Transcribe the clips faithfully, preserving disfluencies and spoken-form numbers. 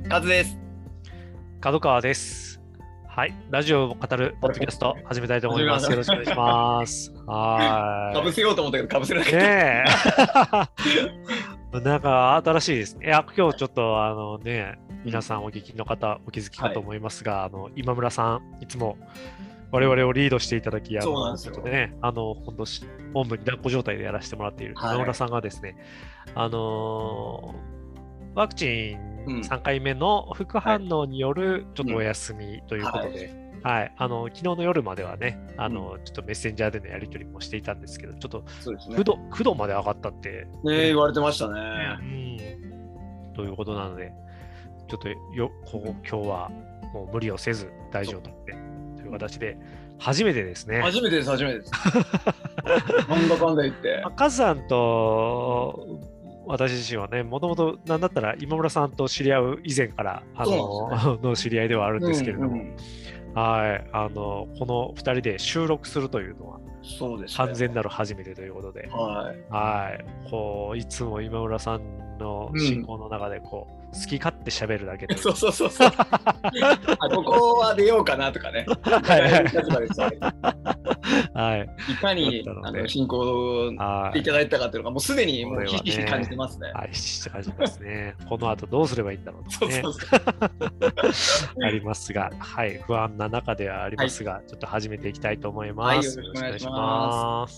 カズです。 角川です。はい、ラジオを語るポッドキャスト始めたいと思います。よろしくお願いします。はかぶせようと思ったけどかぶせなかった。 ねえ。なんか新しいですね。いや、今日ちょっとあのね、皆さんお聞きの方、お気づきかと思いますが、はい、あの今村さん、いつも我々をリードしていただき、あのちょっとね、あの本当本部に抱っこ状態でやらせてもらっている今村さんがですね、はい、あのワクチンさんかいめの副反応によるちょっとお休みということで、はいはい、あの昨日の夜まではね、あの、うん、ちょっとメッセンジャーでのやり取りもしていたんですけど、ちょっときゅうど、きゅうどまで上がったって、 ね、言われてましたね、 うん。ということなので、ちょっとよここ今日はもう無理をせず大丈夫とってという形で、初めてですね。 初めてです、初めてです。なんだかんだ言って。 カズさんと私自身はね、もともとなんだったら今村さんと知り合う以前からあの、ね、の知り合いではあるんですけれども、うんうん、はい、あのこのふたりで収録するというのはそうです、ね、 完全なる初めてということで、 はい、 はい、こういつも今村さんの進行の中でこう、うん、好き勝手喋るだけでそうそうそうそうここは出ようかなとかねはいはい、いかにあの進行をしていただいたかというのがもうすでにもうひしひし感じてますね。 はい、ひしひし感じますね。この後どうすればいいんだろうとねありますが、はい、不安な中ではありますが、はい、ちょっと始めていきたいと思います。 はい、よろしくお願いします。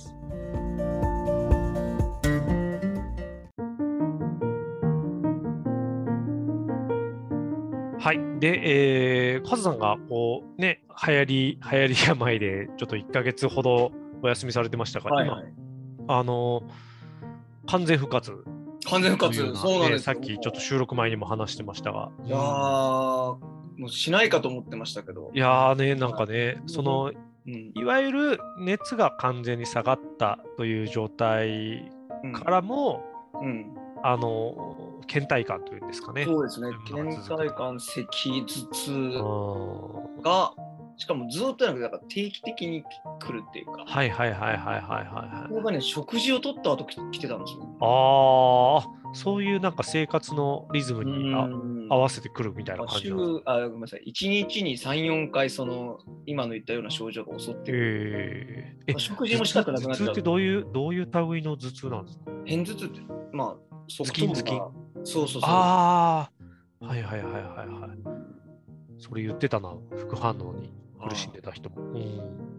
はい。で、えー、カズさんが、こう、ね、流行り、流行り病で、ちょっといっかげつほどお休みされてましたが、はいはい、今、あの、完全復活。 完全復活、そうなんです。 さっきちょっと収録前にも話してましたが。 いやー、もうしないかと思ってましたけど。 いやーね、なんかね、はい、その、うん、いわゆる熱が完全に下がったという状態からも、うんうん、あの、倦怠感というんですかね。 そうですね。倦怠感、咳、頭痛が、しかもずっとなんかだから定期的に来るっていうか。 はいはいはいはいはいはい。 これがね、食事を取った後来てたんですよ。 ああ、そういうなんか生活のリズムにあ合わせてくるみたいな感じなんですか。あ、ごめんなさい。いちにちにさん、よんかいその今の言ったような症状が襲ってくる。えー、え食事もしたくなくなっちゃう。 頭痛ってどういうどういう類の頭痛なんですか？ 片頭痛ってまあ頭巾頭巾。 そうそうそう。 ああ、はいはいはいはいはい。それ言ってたな、副反応に苦しんでた人も。うん、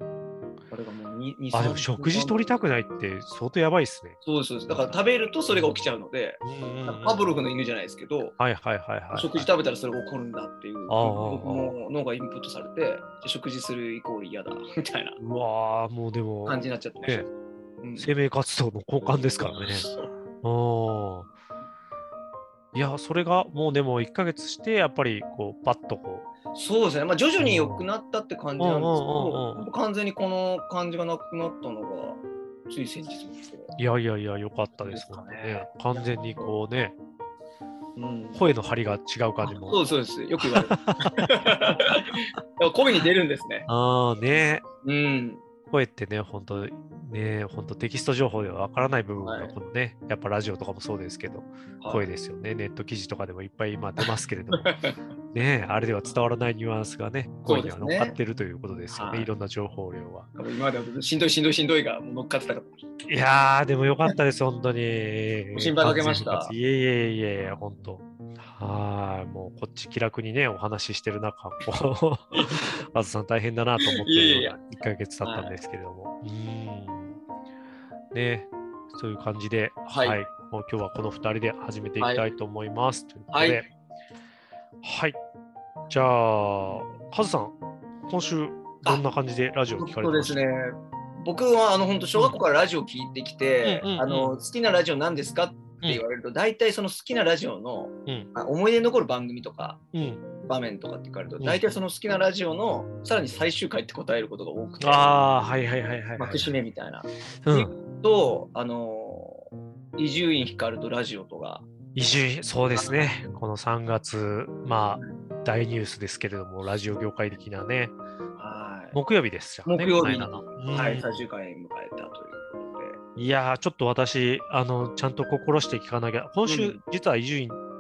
あれがもうに、に、 あ、でも食事取りたくないって相当やばいっすね。 そうです、そうです。だから食べるとそれが起きちゃうので、パブロフの犬じゃないですけど、 はいはいはいはい。 食事食べたらそれが起こるんだっていう、もう脳がインプットされて、食事するイコール嫌だみたいな。 うわー、もうでも、 感じになっちゃってました。 生命活動の根幹ですからね。うん。いや、それがもうでもいっかげつして、やっぱりこう、パッとこう。そうですね。まあ、徐々に良くなったって感じなんですけど、完全にこの感じがなくなったのが、つい先日もですけど。 いやいやいや、良かったですかね。完全にこうね、うん、声の張りが違う感じも。 そうそうです。よく言われる。声に出るんですね。 ああ、ね。 うん。 声ってね、本当ね、本当テキスト情報ではわからない部分がこのね、はい、やっぱラジオとかもそうですけど、はい、声ですよね。ネット記事とかでもいっぱい今出ますけれども、ね、あれでは伝わらないニュアンスがね、声には乗っかってるということですよね。ね、はい、いろんな情報量は。 今まではしんどいしんどいしんどいが乗っかってたから。 いやー、でもよかったです、本当に。 心配かけました。 いえいえいえ、本当。はい、もうこっち気楽にね、お話ししてる中、こう、あずさん大変だなと思ってるようないっかげつ経ったんですけれども。いやいやいや、うん。ね、そういう感じで、はい、はい、もう今日はこのふたりで始めていきたいと思います。はい、ということで、はい、はい。じゃあ、カズさん、今週どんな感じでラジオを聞かれてましたか？ そうですね。僕はあの本当小学校からラジオを聞いてきて、あの好きなラジオ何ですかって言われると、うん、大体その好きなラジオの、うん、思い出に残る番組とか、うん、場面とかって聞かれると、大体その好きなラジオのさらに最終回って答えることが多くて、 ああ、はいはいはいはい、 まあ、節目みたいな。うん、と、あの伊集院光とラジオとか。 伊集院、そうですね。このさんがつ、まあ大ニュースですけれども、ラジオ業界的なね。木曜日です、 ね、木曜日に、はい、最終回迎えたということで。 いやー、ちょっと私、あの、ちゃんと心して聞かなきゃ。今週、うん、実は伊集院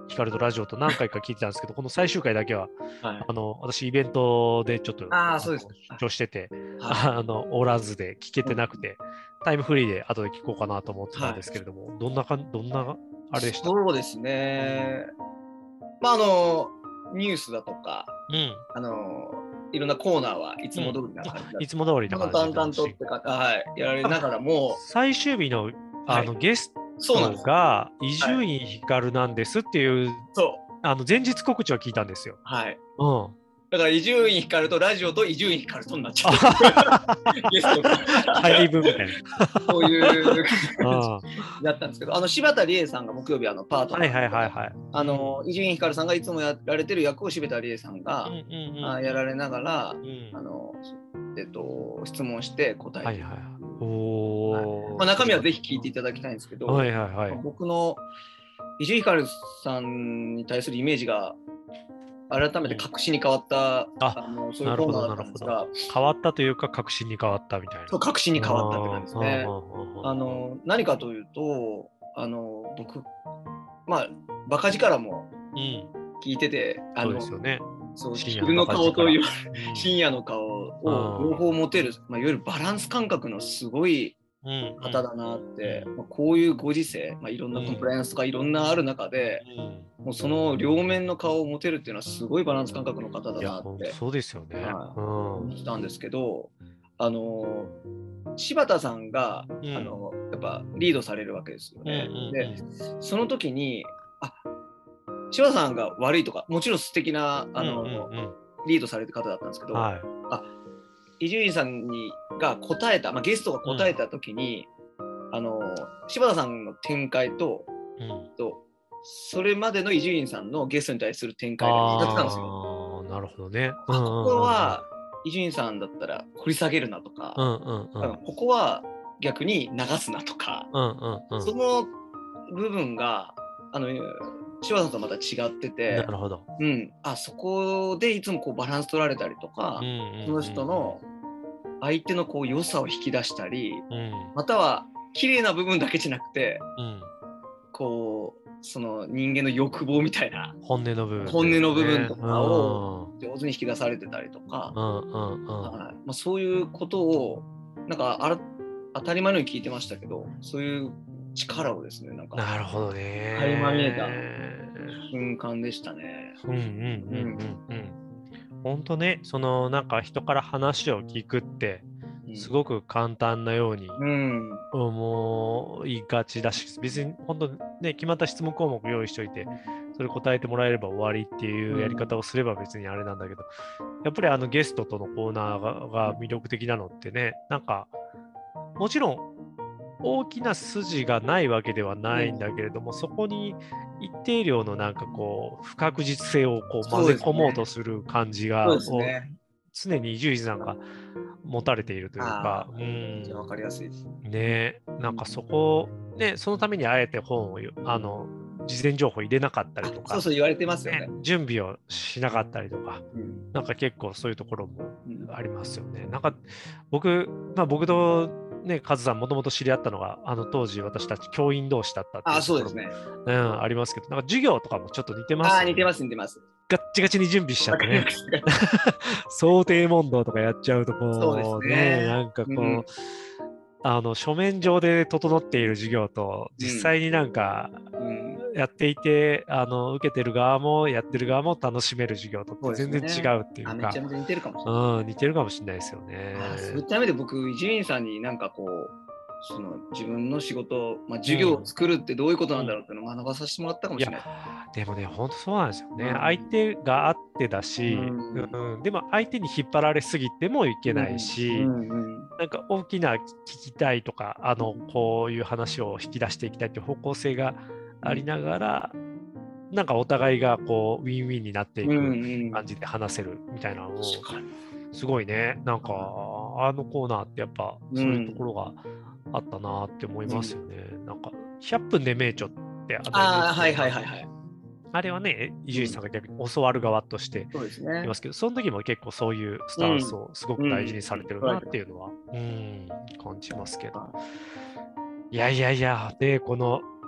光とラジオと何回か聞いてたんですけど、この最終回だけは、 はい、 あの私、イベントでちょっと出張してて、はい、あのおらずで聞けてなくて、タイムフリーで後で聞こうかなと思ってたんですけれども、はい、どんなかどんなあれでした？ そうですね、まああのニュースだとか、 うん、 あのいろんなコーナーはいつも通りな感じだ、 うん、いつも通りな感じで淡々とってか、はい、やられながらも最終日のあの、はい、ゲストが伊集院光なんですっていう、はい、 そうあの前日告知を聞いたんですよ。 はい、 うん、 だから伊集院光とラジオと伊集院光とになっちゃうゲストが配分みたいなそういう感じだったんですけど、あの柴田理恵さんが木曜日あのパートナー、 はいはいはいはい、 あの伊集院光さんがいつもやられてる役を柴田理恵さんが、うんうんうん、あやられながら、うん、あのえっと質問して答えて、はいはい、お、はい、まあ、中身はぜひ聞いていただきたいんですけど、はいはいはい、僕の伊集院光さんに対するイメージが改めて確信に変わった、うん、ああのそういうコーナーだったんですが、 変わったというか確信に変わったみたいな。 そう、確信に変わったって感じですね。あの何かというと、あの僕まあバカ力も聞いてて、うん、あのそうですよね。そう、昼の顔という、うん、深夜の顔を両方持てる、まあ、いわゆるバランス感覚のすごい方だなって、うんうん、まあ、こういうご時世、まあ、いろんなコンプライアンスとかいろんなある中で、うん、もうその両面の顔を持てるっていうのはすごいバランス感覚の方だなって、 そうですよね、 うん、思ったんですけど、あの柴田さんが、うん、あのやっぱリードされるわけですよね。うんうんうん、でその時にあ柴田さんが悪いとかもちろん素敵なあの、うんうんうん、リードされる方だったんですけど、はい、あ伊集院さんにが答えた、まあ、ゲストが答えた時に、うん、あの柴田さんの展開と、うん、とそれまでの伊集院さんのゲストに対する展開が違ってたんですよ。 なるほどね。 うんうんうんうん、ここは伊集院さんだったら掘り下げるなとか、うんうんうん、ここは逆に流すなとか、うんうんうん、その部分があの柴田さんとまた違ってて、 なるほど、 うん、あそこでいつもこうバランス取られたりとか、うんうんうん、その人の相手のこう良さを引き出したり、うん、または綺麗な部分だけじゃなくて、うん、こうその人間の欲望みたいな本音の部分、ね、 本音の部分とかを上手に引き出されてたりとか、うんうんうん、まあ、そういうことをなんかあら当たり前のように聞いてましたけど、そういう力をですね、なんかなるほどね、 垣間見えた瞬間でしたね。 うんうんうんうんうん。本当ね、そのなんか人から話を聞くってすごく簡単なように思いがちだし、別に本当ね、決まった質問項目用意しておいて、それ答えてもらえれば終わりっていうやり方をすれば別にあれなんだけど、やっぱりあのゲストとのコーナーが、が魅力的なのってね、なんかもちろん大きな筋がないわけではないんだけれども、そこに一定量のなんかこう不確実性をこう混ぜ込もうとする感じが、ね、常に伊集院さんが持たれているというか、 うん、分かりやすいですね。なんかそこね、そのためにあえて本をあの事前情報入れなかったりとか、 そうそう言われてますよね。 ね、準備をしなかったりとか、うん、なんか結構そういうところもありますよね。なんか僕、まあ僕とね、カズさんもともと知り合ったのが、あの当時私たち教員同士だったっていうあ、そうですね、 うん、ありますけど、なんか授業とかもちょっと似てますよね。 あ、似てます似てます。 ガッチガチに準備しちゃってね。想定問答とかやっちゃうとこう、 そうですね、 なんかこう、うん、あの書面上で整っている授業と実際になんかやっていて、うん、あの受けてる側もやってる側も楽しめる授業と全然違うっていうか、 めちゃめちゃ似てるかもしれない、 うん、似てるかもしれないですよね。 あ、そういった意味で僕伊集院さんになんかこうその自分の仕事、まあ、授業を作るってどういうことなんだろうっていうのを学ばさせてもらったかもしれない。 うん、でもね、本当そうなんですよね。うん、相手があってだし、うんうん、でも相手に引っ張られすぎてもいけないし、うんうんうん、なんか大きな聞きたいとか、あのこういう話を引き出していきたいっていう方向性がありながら、うん、なんかお互いがこうウィンウィンになっていく感じで話せるみたいなのを、すごいね、なんかあのコーナーってやっぱそういうところが、うんあったなって思いますよね。うん、なんかひゃっぷんで名著ってああはいはいはいはい。 あれはね、伊集院さんが逆に教わる側としていますけど、その時も結構そういうスタンスをすごく大事にされてるなっていうのは、うんうん、感じますけど。いやいやいや、で、この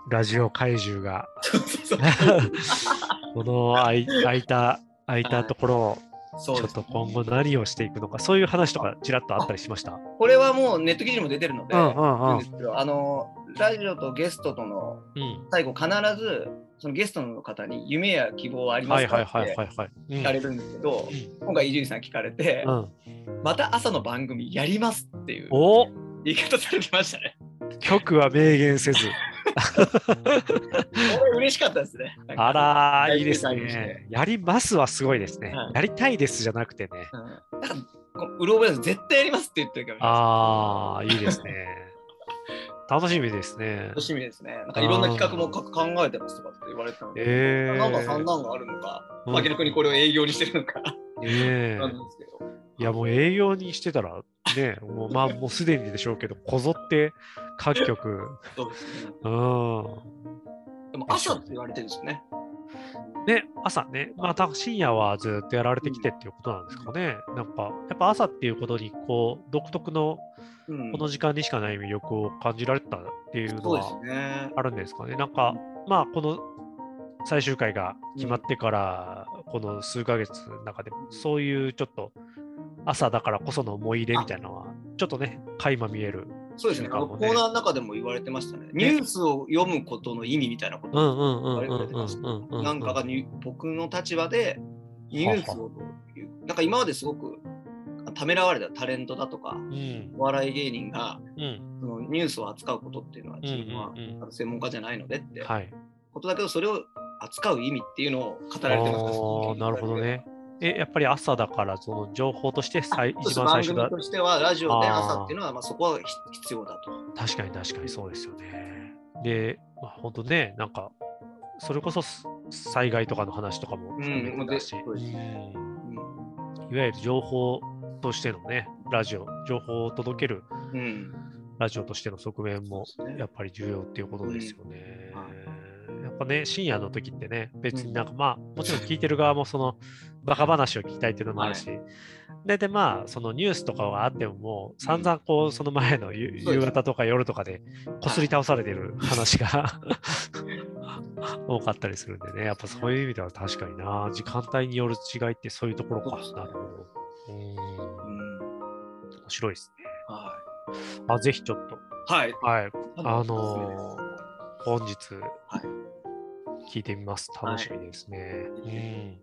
ラジオ怪獣がこの空い空いた空いたところをちょっと今後何をしていくのか、そういう話とかちらっとあったりしました？ これはもうネット記事も出てるので、 うんうんうん、 あのラジオとゲストとの最後必ずそのゲストの方に夢や希望はありますかって聞かれるんですけど、今回伊集院さん聞かれて、うん、また朝の番組やりますっていう言い方されてましたね。 局は明言せず嬉しかったですね。 あらー、いいですね。やりますはすごいですね。はい、やりたいですじゃなくてね。 うん、だからうろ覚え絶対やりますって言ってるから。 ああ、いいですね。楽しみですね。 楽しみですね。なんかいろんな企画も考えてますとかって言われたので、えー、なんか三段があるのか、うん、まあ、逆にこれを営業にしてるのか、 えー、なんですけど。いやもう営業にしてたらね、もうまあもうすでにでしょうけど、こぞって各局。 そうですね。 うん。 でも朝って言われてるんですよね。 ね、朝ね、まあ多分深夜はずっとやられてきてっていうことなんですかね。うん、なんかやっぱ朝っていうことにこう独特のこの時間にしかない魅力を感じられたっていうのはあるんですかね。なんかまあこの最終回が決まってからこの数ヶ月の中でもそういうちょっと朝だからこその思い入れみたいなのはちょっとね垣間見える。 そうですね。コーナーの中でも言われてましたね。ニュースを読むことの意味みたいなことを言われてました。なんかが僕の立場でニュースをなんか今まですごくためらわれたタレントだとか、うん、お笑い芸人が、うん、そのニュースを扱うことっていうのは自分は専門家じゃないのでって、はい、ことだけどそれを扱う意味っていうのを語られてました。 なるほどね。え、やっぱり朝だからその情報として最一番最初だ。 番組としてはラジオで朝っていうのはまあそこは必要だと。 確かに確かにそうですよね。で、まあ、本当ね、なんかそれこそ災害とかの話とかも含めてだし、うんうん、いわゆる情報としてのね、ラジオ、情報を届ける、うん、ラジオとしての側面もやっぱり重要っていうことですよね。うん、やっぱね、深夜の時ってね、別になんかまあ、もちろん聞いてる側もそのバカ話を聞きたいっていうのもあるし、はい、ででまあ、そのニュースとかがあってももう散々こう、その前の夕方とか夜とかでこすり倒されてる話が多かったりするんでね、やっぱそういう意味では確かにな、時間帯による違いってそういうところか。なるほど。うん、面白いですね。はい。あ、ぜひちょっと。 はい。 はい。あのー、本日、はい、聞いてみます。楽しみですね。はい、うん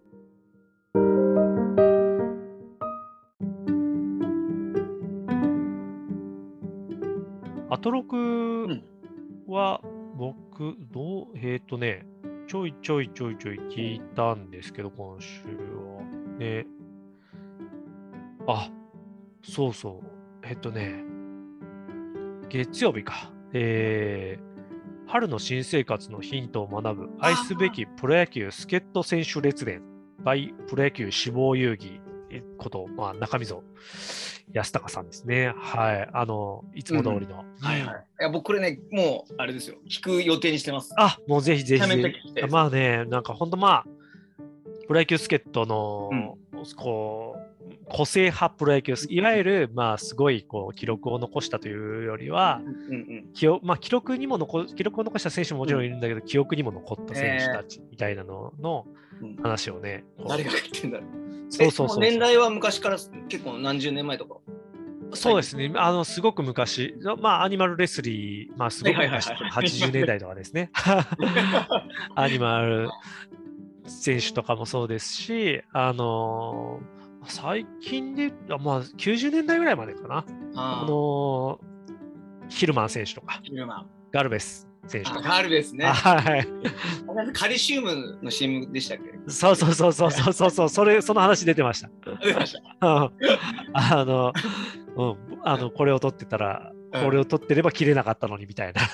アトロクは僕、どう、えっとね、ちょいちょいちょいちょい聞いたんですけど、今週は。ね。あ、そうそう。えっとね、月曜日か。えー、春の新生活のヒントを学ぶ愛すべきプロ野球助っ人選手列伝 by プロ野球志望遊戯こと、まあ、中溝康隆さんですね。はい。あの、いつも通りの。うん、 はいはい。いや、僕これね、もう、あれですよ。聞く予定にしてます。 あ、もうぜひぜひぜひ。まあね、なんか本当まあ、プロ野球助っ人の、うん、こう、個性派プロ野球、いわゆる、まあ、すごいこう記録を残したというよりは、うんうん記憶まあ、記録にも残記録を残した選手ももちろんいるんだけど、うん、記憶にも残った選手たちみたいなのの話をね。 うん、誰が言ってんだろう。 そうそうそうそう。 年代は昔から結構何十年前とか。 そうですね。あの、すごく昔、まあ、アニマルレスリー、まあ、すごく昔、はちじゅうねんだいとかですね。アニマル選手とかもそうですし、あのー、最近で、まあ、きゅうじゅうねんだいぐらいまでかな。あ、あのー、ヒルマン選手とか、 ヒルマンガルベス選手とか。 ガルベスね。はい。カルシウムの シーエム でしたっけ？ そうそうそうそうそうそう、それ、その話出てました。 出ました。 あの、うん、あの、これを取ってたら、これを取ってれば切れなかったのにみたいな。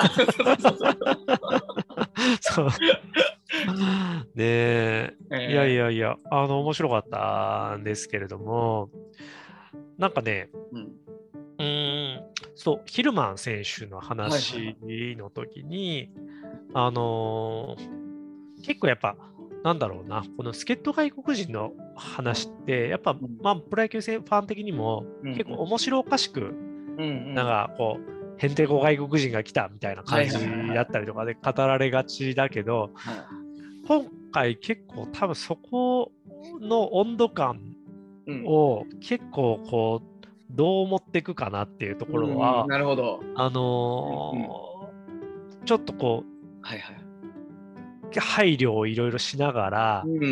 そう。ねえ、えー、いやいやいや、あの、面白かったんですけれども、なんかね、うん、うーん、そう、ヒルマン選手の話の時に、はいはい、あのー、結構やっぱ、なんだろうな、この助っ人外国人の話って、やっぱ、うん、まあ、プロ野球ファン的にも、結構面白おかしく、うん、なんかこう、 へんてこ外国人が来たみたいな感じだったりとかで語られがちだけど、はい、今回結構多分そこの温度感を結構こうどう持っていくかなっていうところは、 うん、なるほど、 あのーうん、ちょっとこう、はいはい、配慮をいろいろしながら、うん、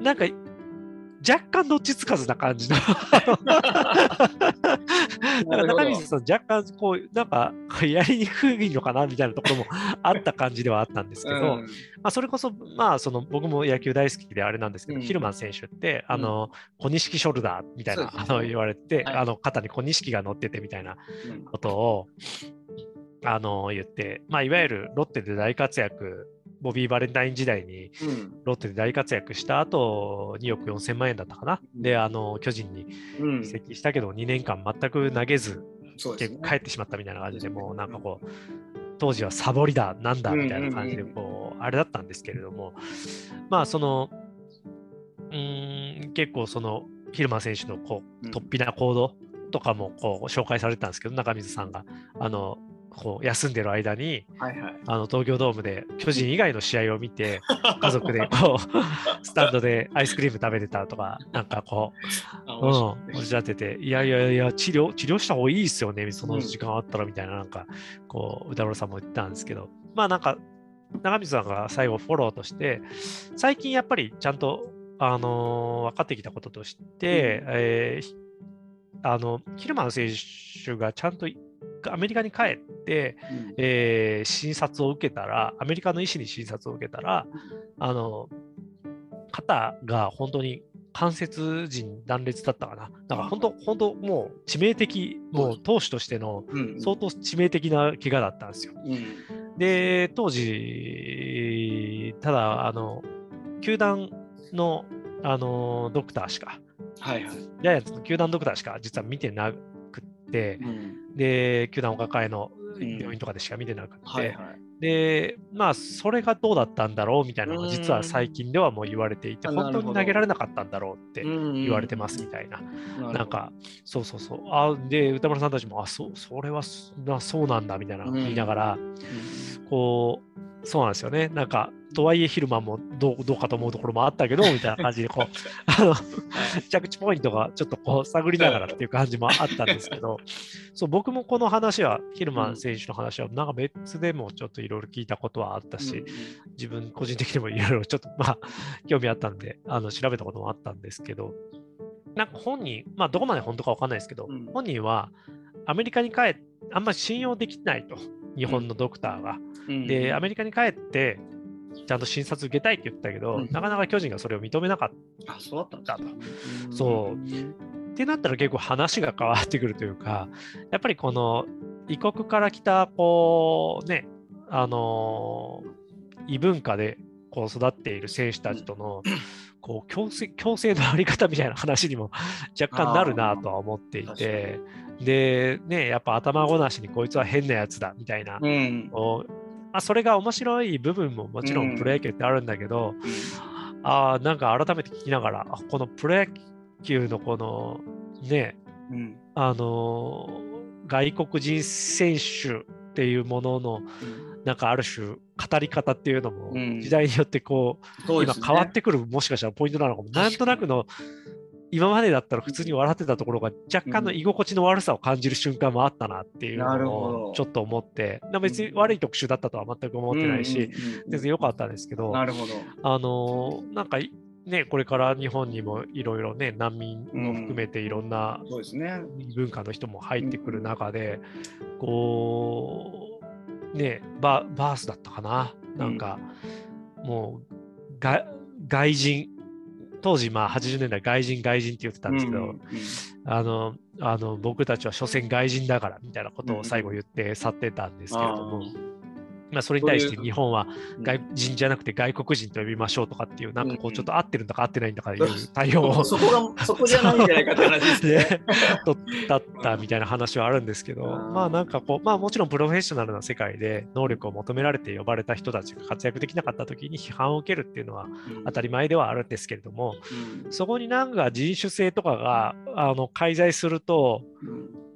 なんか若干どっちつかずな感じのなんか中水さん若干こうなんかやりにくいのかなみたいなところもあった感じではあったんですけど、うん、まあそれこそまあその僕も野球大好きであれなんですけど、うん、ヒルマン選手ってあの、うん、小錦ショルダーみたいな、ね、あの言われて、はい、あの肩に小錦が乗っててみたいなことを、あの言って、まあいわゆるロッテで大活躍、ボビー・バレンタイン時代にロッテで大活躍した後、におくよんせんまんえんだったかな、うん、であの巨人に移籍したけどにねんかん全く投げず、うんね、帰ってしまったみたいな感じで、もうなんかこう当時はサボりだなんだみたいな感じでこうあれだったんですけれども、まあそのうーん結構そのヒルマン選手のこう突飛な行動とかもこう紹介されてたんですけど、中水さんがあのこう休んでる間に、はいはい、あの東京ドームで巨人以外の試合を見て家族でこうスタンドでアイスクリーム食べてたとかなんかこう、うん、おっしゃってて、いやいやいや治療治療した方がいいですよねその時間あったらみたいな、なんかこう歌丸さんも言ったんですけど、まあなんか中水さんが最後フォローとして最近やっぱりちゃんと、あのー、分かってきたこととして、うん、えー、あのヒルマン選手がちゃんとアメリカに帰って、うんえー、診察を受けたら、アメリカの医師に診察を受けたら、あの肩が本当に関節陣断裂だったかな。だから本当、本当もう致命的、もう投手としての相当致命的な怪我だったんですよ。うん、で、当時、ただ、あの球団の、あのドクターしか、はいはい、ジャイアンツの球団ドクターしか実は見てなくて、うん、で球団お抱えの病院とかでしか見てなくて、うんはいはい、でまあそれがどうだったんだろうみたいなのが実は最近ではもう言われていて、本当に投げられなかったんだろうって言われてますみたいな、うん、なんかそうそうそう、あで歌丸さんたちもあそうそれはなそうなんだみたいな言いながら、うんうん、こうそうなんですよね、なんかとはいえヒルマンもどう、どうかと思うところもあったけどみたいな感じでこうあの着地ポイントがちょっとこう探りながらっていう感じもあったんですけどそう僕もこの話はヒルマン選手の話はなんか別でもちょっといろいろ聞いたことはあったし、自分個人的にもいろいろちょっとまあ興味あったんであの調べたこともあったんですけど、なんか本人まあどこまで本当か分かんないですけど、うん、本人はアメリカに帰ってあんまり信用できないと、日本のドクターが、うん、でアメリカに帰ってちゃんと診察受けたいって言ったけど、うん、なかなか巨人がそれを認めなかったと。あ、そうだったんですか。そう。ってなったら結構話が変わってくるというか、やっぱりこの異国から来たこうね、あの異文化でこう育っている選手たちとのこう共生、共生のあり方みたいな話にも若干なるなとは思っていて、でね、やっぱ頭ごなしにこいつは変なやつだみたいな。うんまあ、それが面白い部分ももちろんプロ野球ってあるんだけど、うん、あなんか改めて聞きながら、このプロ野球のこのね、うん、あの外国人選手っていうものの、うん、なんかある種語り方っていうのも時代によってこう、うん、今変わってくるもしかしたらポイントなのかも。なんとなくの今までだったら普通に笑ってたところが若干の居心地の悪さを感じる瞬間もあったなっていうのをちょっと思って、別に悪い特集だったとは全く思ってないし、全然良かったんですけど、なるほど、あのなんかね、これから日本にもいろいろね、難民を含めていろんな異文化の人も入ってくる中で、こうね、バ, バースだったかな、なんかもうが外人当時まあはちじゅうねんだい外人外人って言ってたんですけど、うんうん、あのあの僕たちは所詮外人だからみたいなことを最後言って去ってたんですけれども、うんうんまあ、それに対して日本は外人じゃなくて外国人と呼びましょうとかっていう、なんかこうちょっと合ってるんだか合ってないんだかいう対応をそこがそこじゃないんじゃないかって話ですねだったみたいな話はあるんですけど、まあなんかこうまあもちろんプロフェッショナルな世界で能力を求められて呼ばれた人たちが活躍できなかった時に批判を受けるっていうのは当たり前ではあるんですけれども、そこになんか人種性とかがあの介在すると、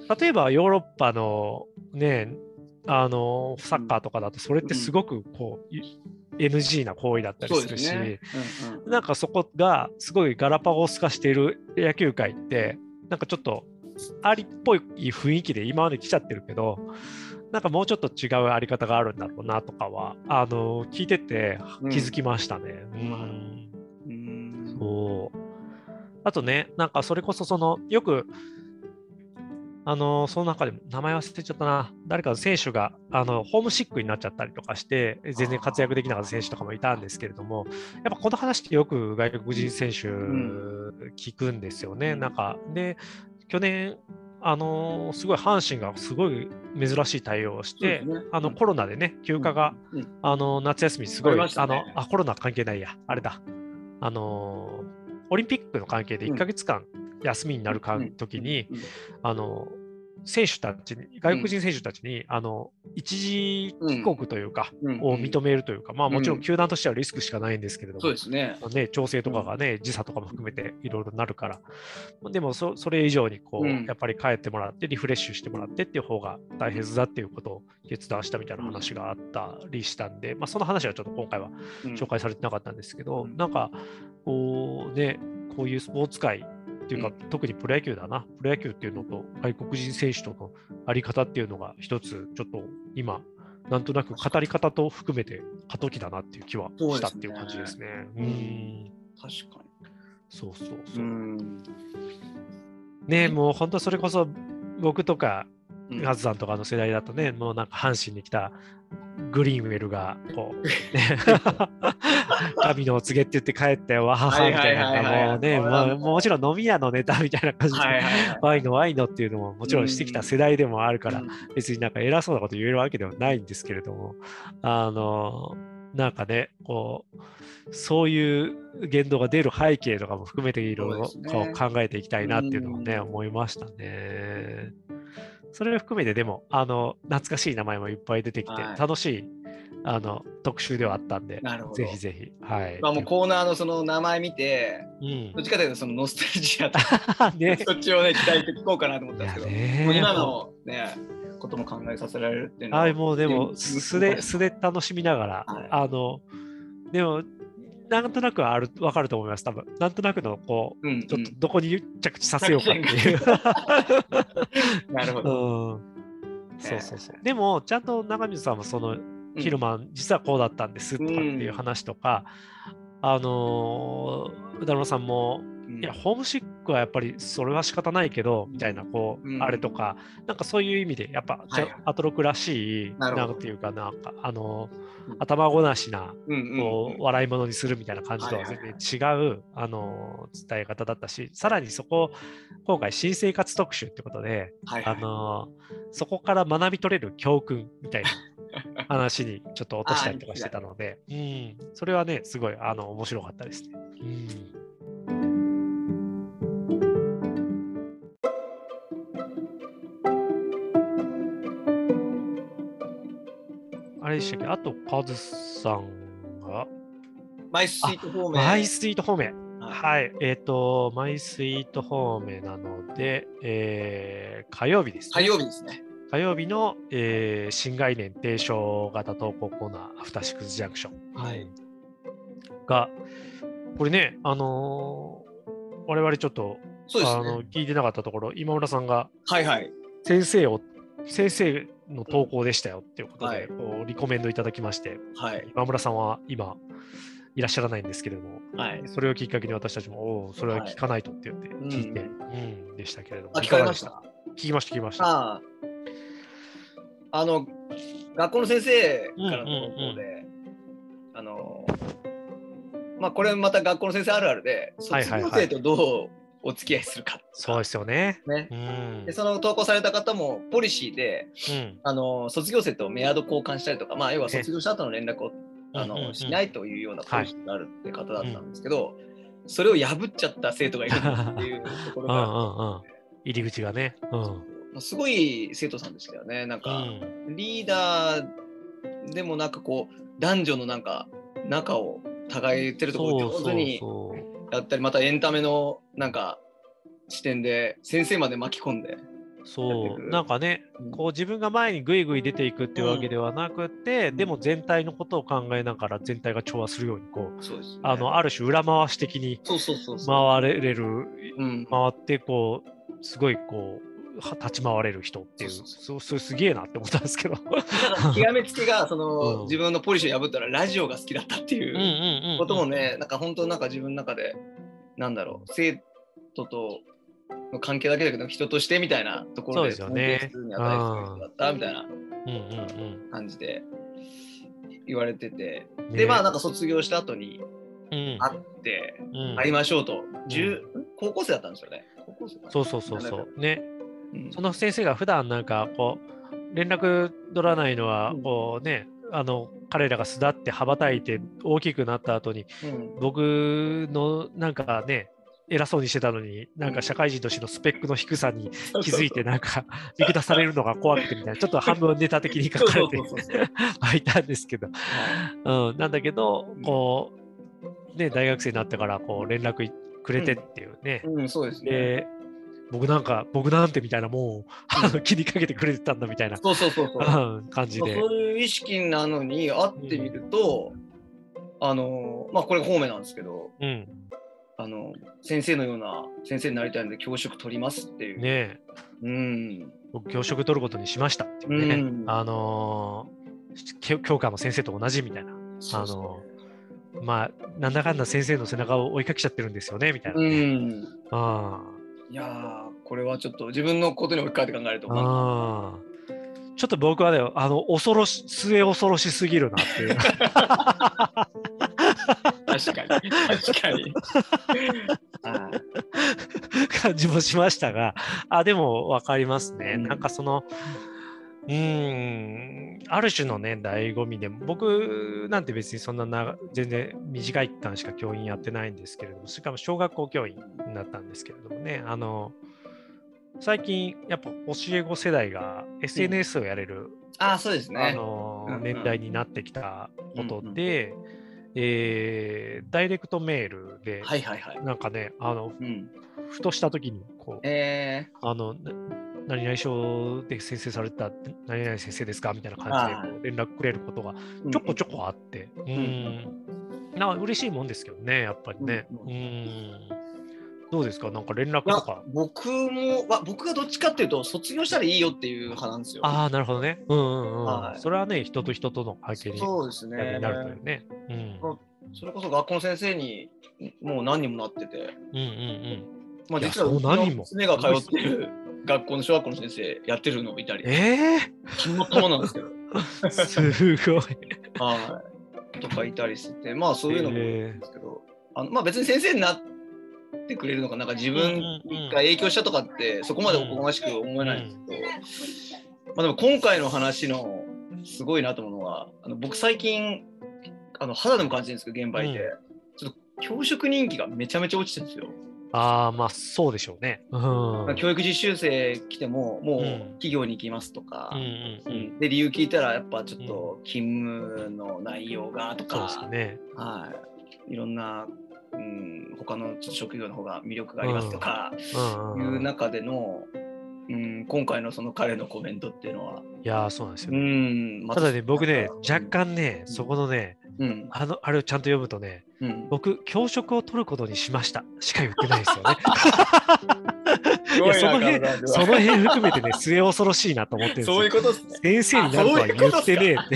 例えばヨーロッパのね、あのサッカーとかだとそれってすごくこう、うん、エヌジー な行為だったりするし、ねうんうん、なんかそこがすごいガラパゴス化している野球界ってなんかちょっとありっぽい雰囲気で今まで来ちゃってるけど、なんかもうちょっと違うあり方があるんだろうなとかはあの聞いてて気づきましたね。うん、うん、そうあとね、なんかそれこそそのよくあのその中でも名前忘れちゃったな、誰かの選手があのホームシックになっちゃったりとかして全然活躍できなかった選手とかもいたんですけれども、やっぱこの話ってよく外国人選手聞くんですよね。うん、なんかで去年あのすごい阪神がすごい珍しい対応をして、ね、あのコロナでね休暇が、うんうん、あの夏休みすごいあ、ね、あのあコロナ関係ないやあれだあのオリンピックの関係でいっかげつかん休みになる時に、あの選手たちに外国人選手たちに、うん、あの一時帰国というか、うん、を認めるというか、まあもちろん球団としてはリスクしかないんですけれども、 そうですね、 ね調整とかがね、時差とかも含めていろいろなるから、でも そ, それ以上にこう、うん、やっぱり帰ってもらってリフレッシュしてもらってっていう方が大切だっていうことを決断したみたいな話があったりしたんで、まあ、その話はちょっと今回は紹介されてなかったんですけど、うん、なんかこうねこういうスポーツ界っていうか、うん、特にプロ野球だな、プロ野球っていうのと外国人選手とのあり方っていうのが一つちょっと今なんとなく語り方と含めて過渡期だなっていう気はしたっていう感じですね。うーん、 確かに。 そうそうそう。うんねえ、もう本当それこそ僕とかカズさんとかの世代だとね、もうなんか阪神に来たグリーンウェルがこう、ね、神のお告げって言って帰ってわははみたいなのもね、もうもちろん飲み屋のネタみたいな感じで、はいはいはい、ワイのワイのっていうのももちろんしてきた世代でもあるから、うん、別になんか偉そうなこと言えるわけではないんですけれども、あのなんかねこうそういう言動が出る背景とかも含めていろいろ考えていきたいなっていうのはね、思いましたね。それを含めてでもあの懐かしい名前もいっぱい出てきて、はい、楽しいあの特集ではあったんで、ぜひぜひ、はい、 まあ、もうコーナーのその名前見て、うん、どっちかというとそのノスタルジアとか、ね、そっちをね期待して聞こうかなと思ったんですけど、もう今のねことも考えさせられるっていうのは、 はい、もうでも素で素で楽しみながら、はい、あのでもなんとなくはある分かると思います。多分なんとなくのこう、うんうん、ちょっとどこに着地させようかっていうなるほど、 うん、そうそうそう、えー、でもちゃんと長水さんもそのヒルマン、うん、実はこうだったんですとかっていう話とか、うん、あの宇田野さんも、うん、いやホームシックはやっぱりそれは仕方ないけど、うん、みたいなこう、うん、あれとかなんかそういう意味でやっぱ、はい、アトロクらしいなんていうかなんかあの頭ごなしなこう笑い物にするみたいな感じとは全然違うあの伝え方だったし、さらにそこ今回新生活特集ってことで、はいはい、あのそこから学び取れる教訓みたいな話にちょっと落としたりとかしてたので、うん、それはねすごいあの面白かったですね。うんあれでしたっけ、あとカズさんがマイスイート方面。 マイスイート方面。はい。えっ、ー、と、マイスイート方面なので、えー、火曜日ですね。 火曜日ですね。 火曜日の、えー、新概念提唱型投稿コーナー、アフターシックスジャンクション、はい、が、これね、あのー、我々ちょっと、そうですね、あの聞いてなかったところ、今村さんが、 はいはい、 先生を、先生の投稿でしたよっていうことで、はい、こうリコメンドいただきまして、はい、今村さんは今いらっしゃらないんですけれども、はい、それをきっかけに私たちもおそれは聞かないとって言って聞いて、はい、うんうん、でしたけれども、 あ、聞かれました？ 聞きました聞きました。 ああの学校の先生からの投稿で、うんうんうん、あのまあこれまた学校の先生あるあるで、卒業生とどうお付き合いするか、はいはいはい、 そうですよね。 ね、うん、でその投稿された方もポリシーで、うん、あの卒業生とメアド交換したりとか、まあ要は卒業した後の連絡をあの、うんうんうん、しないというようなポリシーがあるって方だったんですけど、はい、それを破っちゃった生徒がいるっていうところが、 うんうんうん、入り口がね、 うん、すごい生徒さんでしたよね。なんか、うん、リーダーでもなんかこう男女のなんか仲を互い言ってるところを上手にやったり、またエンタメのなんか視点で先生まで巻き込んでそう、なんかね、うん、こう自分が前にぐいぐい出ていくっていうわけではなくて、うん、でも全体のことを考えながら全体が調和するようにこう、そうですね、あのある種裏回し的に回れる、回ってこうすごいこう立ち回れる人っていう、そうそれすげえなって思ったんですけど。 極めつけがその、うん、自分のポリシーを破ったらラジオが好きだったっていうこともね、なんか本当なんか自分の中でなんだろう、生徒との関係だけだけど人としてみたいなところで尊敬するに値する人だったみたいな感じで言われてて、ね、でまあなんか卒業した後に会って、うん、会いましょうと、うん、高校生だったんですよね。高校生そうそうそうそうね、うん、その先生が普段なんかこう連絡取らないのはこうね、うん、あの彼らが巣立って羽ばたいて大きくなった後に、うん、僕のなんかね偉そうにしてたのになんか社会人としてのスペックの低さに気づいてなんか見下されるのが怖くてみたいなちょっと半分ネタ的に書かれてはいたんですけど、うん、なんだけどこう、ね、大学生になってからこう連絡くれてっていうね、 うんうん、そうですね、 で僕なんか僕なんてみたいなもう、うん、気にかけてくれてたんだみたいなそうそうそうそう、 うん、感じで、 そういう意識なのに会ってみると、うん、あのまあこれ方面なんですけど、うん、あの先生のような先生になりたいので教職取りますっていうねえ、うん、僕教職取ることにしましたっていうね、うん、あのー、教科の先生と同じみたいな、そうそう、あのー、まあなんだかんだ先生の背中を追いかけちゃってるんですよねみたいな、ね、うん、 あいやーこれはちょっと自分のことに置き換えて考えると、 あちょっと僕はねあの恐ろし末恐ろしすぎるなっていう確かに確かに感じもしましたが、あでも分かりますね、うん、なんかそのうーんある種のね醍醐味で僕なんて別にそんなな全然短い期間しか教員やってないんですけれども、しかも小学校教員になったんですけれどもね、あの最近やっぱ教え子世代が エスエヌエス をやれる、うん、 あそうですね、 あの、うんうん、年代になってきたことで、うんうん、えー、ダイレクトメールで、はいはいはい、なんかねあの、うん、ふとした時にこう、えー、あの何々賞で先生された何々先生ですかみたいな感じでこう連絡くれることがちょこちょこあって、うんうん、なんか嬉しいもんですけどねやっぱりね、うんうん、どうですかなんか連絡とか。 僕も僕がどっちかっていうと卒業したらいいよっていう派なんですよ。 ああなるほどね、うんうんうん、はい、それはね人と人との関係になるというね、うん、 それこそ学校の先生にもう何人もなってて、うんうんうん、まあ実は娘が通ってる学校の小学校の先生やってるのもいたり、えー、肝っ玉なんですけどすごいはいとかいたりしてまあそういうのもいいんですけど、えー、あのまあ別に先生になってくれるのかなんか自分が影響したとかってそこまでおこがましく思えないんですけど、うんうん、まあでも今回の話のすごいなと思うのはあの僕最近あの肌でも感じるんですけど現場で、うん、ちょっと教職人気がめちゃめちゃ落ちてるんですよ。 ああまあそうでしょうね、 うん、教育実習生来てももう企業に行きますとか、うんうんうん、で理由聞いたらやっぱちょっと勤務の内容がとか、うん、そうですね、はい、いろんな、うん、他の職業の方が魅力がありますとか、うん、いう中での、うん、今回のその彼のコメントっていうのはいやそうなんですよ、ね、うんま、ただね僕ね若干ね、うん、そこのね、うん、あのあれをちゃんと読むとね、うん、僕教職を取ることにしましたしか言ってないですよねいやその辺その辺含めてね末恐ろしいなと思ってるんですよ。 そういうことっすね。 先生になるとは言ってねえって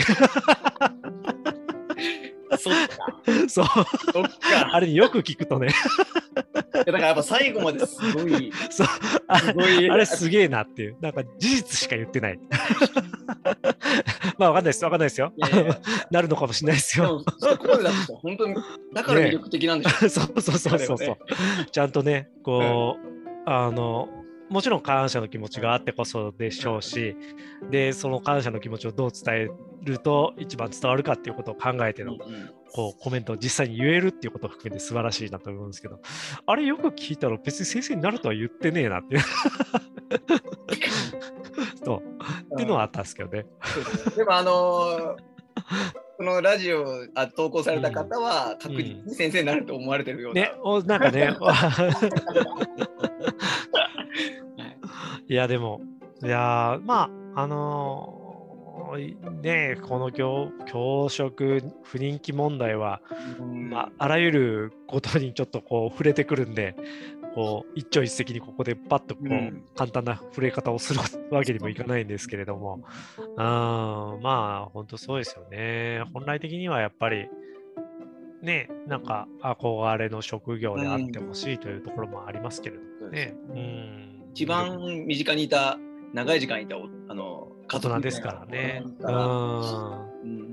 そっかそうそっかあれよく聞くとねだからやっぱ最後まですごいそうあすごいあれすげえなっていうなんか事実しか言ってないまあわかんないですわかんないですよ。いやいやなるのかもしれないですよ。 そこまでだと本当にだから魅力的なんでしょう、ね、 そうそうそうそうそう、ね、ちゃんとねこう、うん、あのもちろん感謝の気持ちがあってこそでしょうし、うん、でその感謝の気持ちをどう伝えると一番伝わるかっていうことを考えての、うんうん、こうコメントを実際に言えるっていうことを含めて素晴らしいなと思うんですけど、あれよく聞いたら別に先生になるとは言ってねえなっていうそうっていうのはあったんですけどね。 でもあのー、このラジオあ投稿された方は確実に先生になると思われてるような、 ね、おなんかねいやでもいやまああのーね、この 教, 教職不人気問題は、まあ、あらゆることにちょっとこう触れてくるんで、こう一朝一夕にここでパッとこう、うん、簡単な触れ方をするわけにもいかないんですけれども、あまあ本当そうですよね。本来的にはやっぱりね、なんか憧れの職業であってほしいというところもありますけれどもね。うん、 一番身近にいた長い時間いたあの大人ですからね。うん、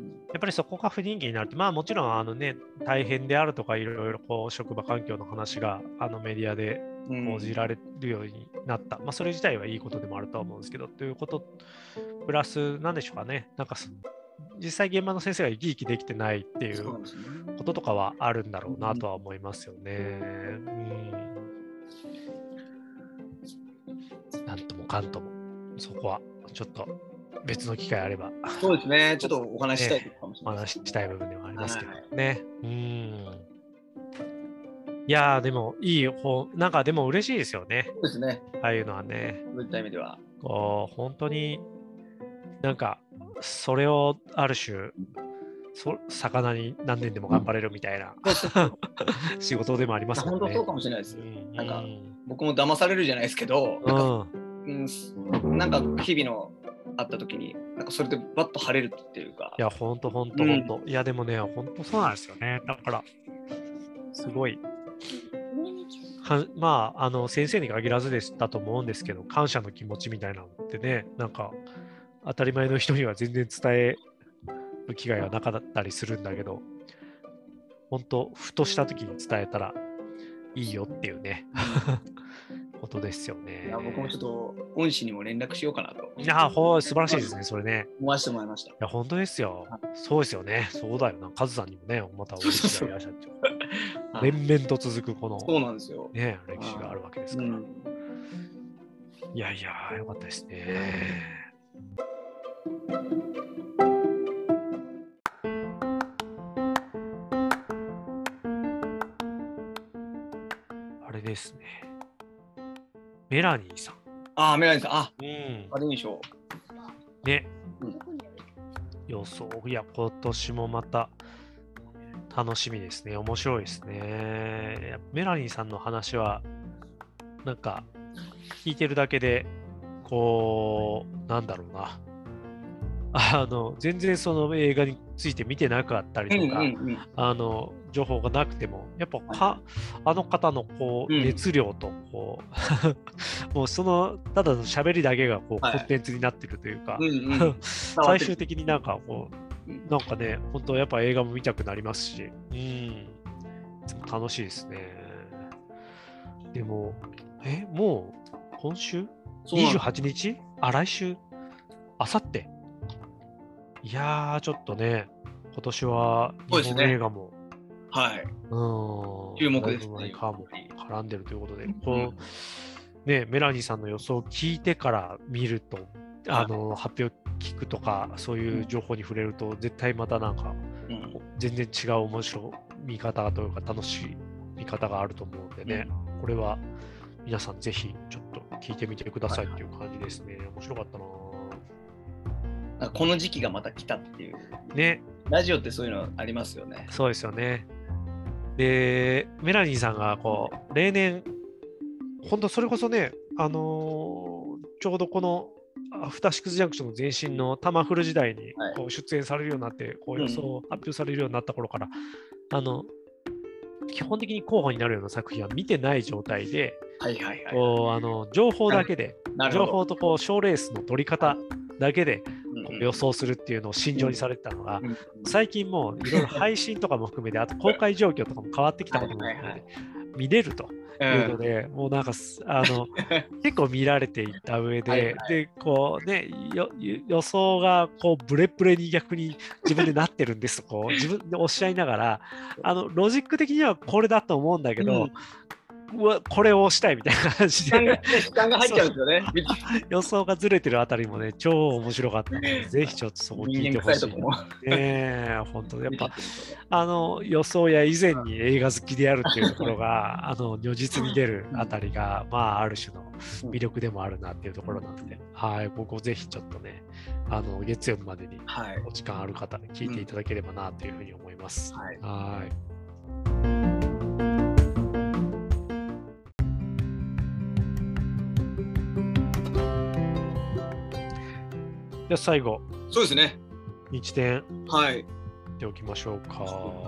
やっぱりそこが不人気になると、まあもちろんあのね大変であるとかいろいろこう職場環境の話があのメディアで報じられるようになった、うん、まあそれ自体はいいことでもあるとは思うんですけど、ということプラスなんでしょうかね、なんか実際現場の先生が生き生きできてないっていうこととかはあるんだろうなとは思いますよね。うん、なんともかんともそこはちょっと別の機会あればそうですね、ちょっとお話ししたいかもしれない、 ね、お話ししたい部分ではありますけどね、はい、うんいやーでもいい方なんかでも嬉しいですよね。 そうですね、 ああいうのはね、 そういった意味ではこう本当になんかそれをある種そ魚に何年でも頑張れるみたいな仕事でもありますもんね。 本当そうかもしれないです、うん、なんか僕も騙されるじゃないですけど、なんか、うん、なんか日々のあった時になんかそれでバッと晴れるっていうか、 いや本当本当本当、いやでもね本当そうなんですよね。だからすごいはまああの先生に限らずでしたと思うんですけど、感謝の気持ちみたいなのってね、なんか当たり前の人には全然伝える機会がなかったりするんだけど、本当ふとした時に伝えたらいいよっていうねことですよね。 いや僕もちょっと恩師にも連絡しようかなと。 いやほ素晴らしいですねそれね。 思わせてもらいました。いや本当ですよ。そうですよね。そうだよな。カズさんにもねまた恩師がいらっしゃって連々と続くこのそうなんですよ、 ね、歴史があるわけですから。うん、いやいやよかったですね。あれですね。メラニーさん。 ああ、メラニーさん。あ、 うん。 あれでしょう。ね。うん、予想。いや、今年もまた楽しみですね。面白いですね。メラニーさんの話は、なんか、聞いてるだけで、こう、なんだろうな。あの全然その映画について見てなかったりとか、うんうんうん、あの情報がなくてもやっぱかあの方のこう熱量とこう、うん、もうそのただの喋りだけがこう、はい、コンテンツになってるというか、うんうん、最終的になんかこうなんかね本当やっぱ映画も見たくなりますし、うん、いつも楽しいですね。でもえもう今週にじゅうはちにちあ来週あさっていやーちょっとね今年は日本映画も、ね、 はい、 うん注目ですね。カーも絡んでるということで、うん、こうねメラニーさんの予想を聞いてから見ると、あの、はい、発表聞くとかそういう情報に触れると絶対またなんか、うん、全然違う面白い見方というか楽しい見方があると思うんでね、うん、これは皆さんぜひちょっと聞いてみてくださいっていう感じですね。面白かったな。 この時期がまた来たっていうね。 ラジオってそういうのありますよね。 そうですよね。で、メラニーさんがこう例年、本当それこそね、あのー、ちょうどこのアフターシックスジャンクションの前身のタマフル時代にこう出演されるようになって、はい、こう予想を発表されるようになった頃から、うん、あの基本的に候補になるような作品は見てない状態で、 はいはいはい、 こうあの情報だけで、はい、情報とこう賞レースの取り方だけで予想するっていうのを慎重にされてたのが、うん、最近もういろいろ配信とかも含めてあと公開状況とかも変わってきたことも含めて見れるというので、うん、もうなんかあの結構見られていった上で、はいはい、でこうね予想がこうブレブレに逆に自分でなってるんですとこう自分でおっしゃいながらあのロジック的にはこれだと思うんだけど、うんうわこれをしたいみたいな感じで時間が入っちゃうんですよね。 予想がずれてるあたりもね超面白かったのでぜひちょっとそこ聞いてほしい。ねえ本当やっぱあの予想や以前に映画好きであるっていうところがあの如実に出るあたりがまあある種の魅力でもあるなっていうところなので、はいここぜひちょっとねあの月曜日までにお時間ある方聞いていただければなというふうに思います。はい。はいじゃあ最後。 そうですね。 日展。 はい。 っておきましょうか。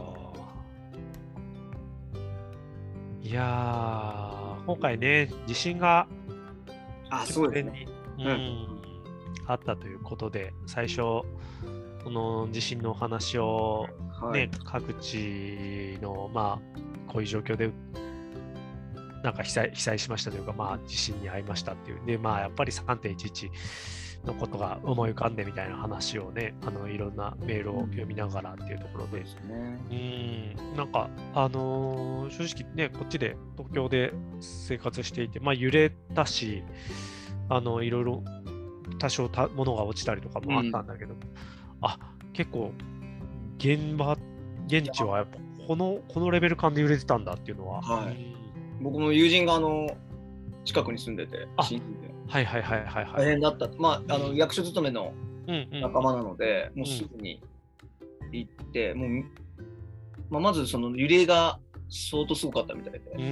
いやー、今回ね、地震があ、そうですね。 うん、うん、あったということで、最初、この地震のお話を、ね、はい、各地の、まあ、こういう状況で、なんか被災、被災しましたというか、まあ、地震に遭いましたっていう。で、まあ、やっぱり さんてんいちいち のことが思い浮かんでみたいな話をね、あのいろんなメールを読みながらっていうところで、ね、うんなんか、あのー、正直ね、こっちで東京で生活していて、まあ、揺れたし、あのいろいろ多少た物が落ちたりとかもあったんだけど、うん、あ結構、現場、現地はやっぱこのこのレベル感で揺れてたんだっていうのは。 はい、僕も友人があの近くに住んでて、 あはいはいはいはい、はい、 大変だった。まあ、あの役所勤めの仲間なので、うんうん、もうすぐに行って、うん、もう、まあ、まずその揺れが相当すごかったみたいで、うんうん、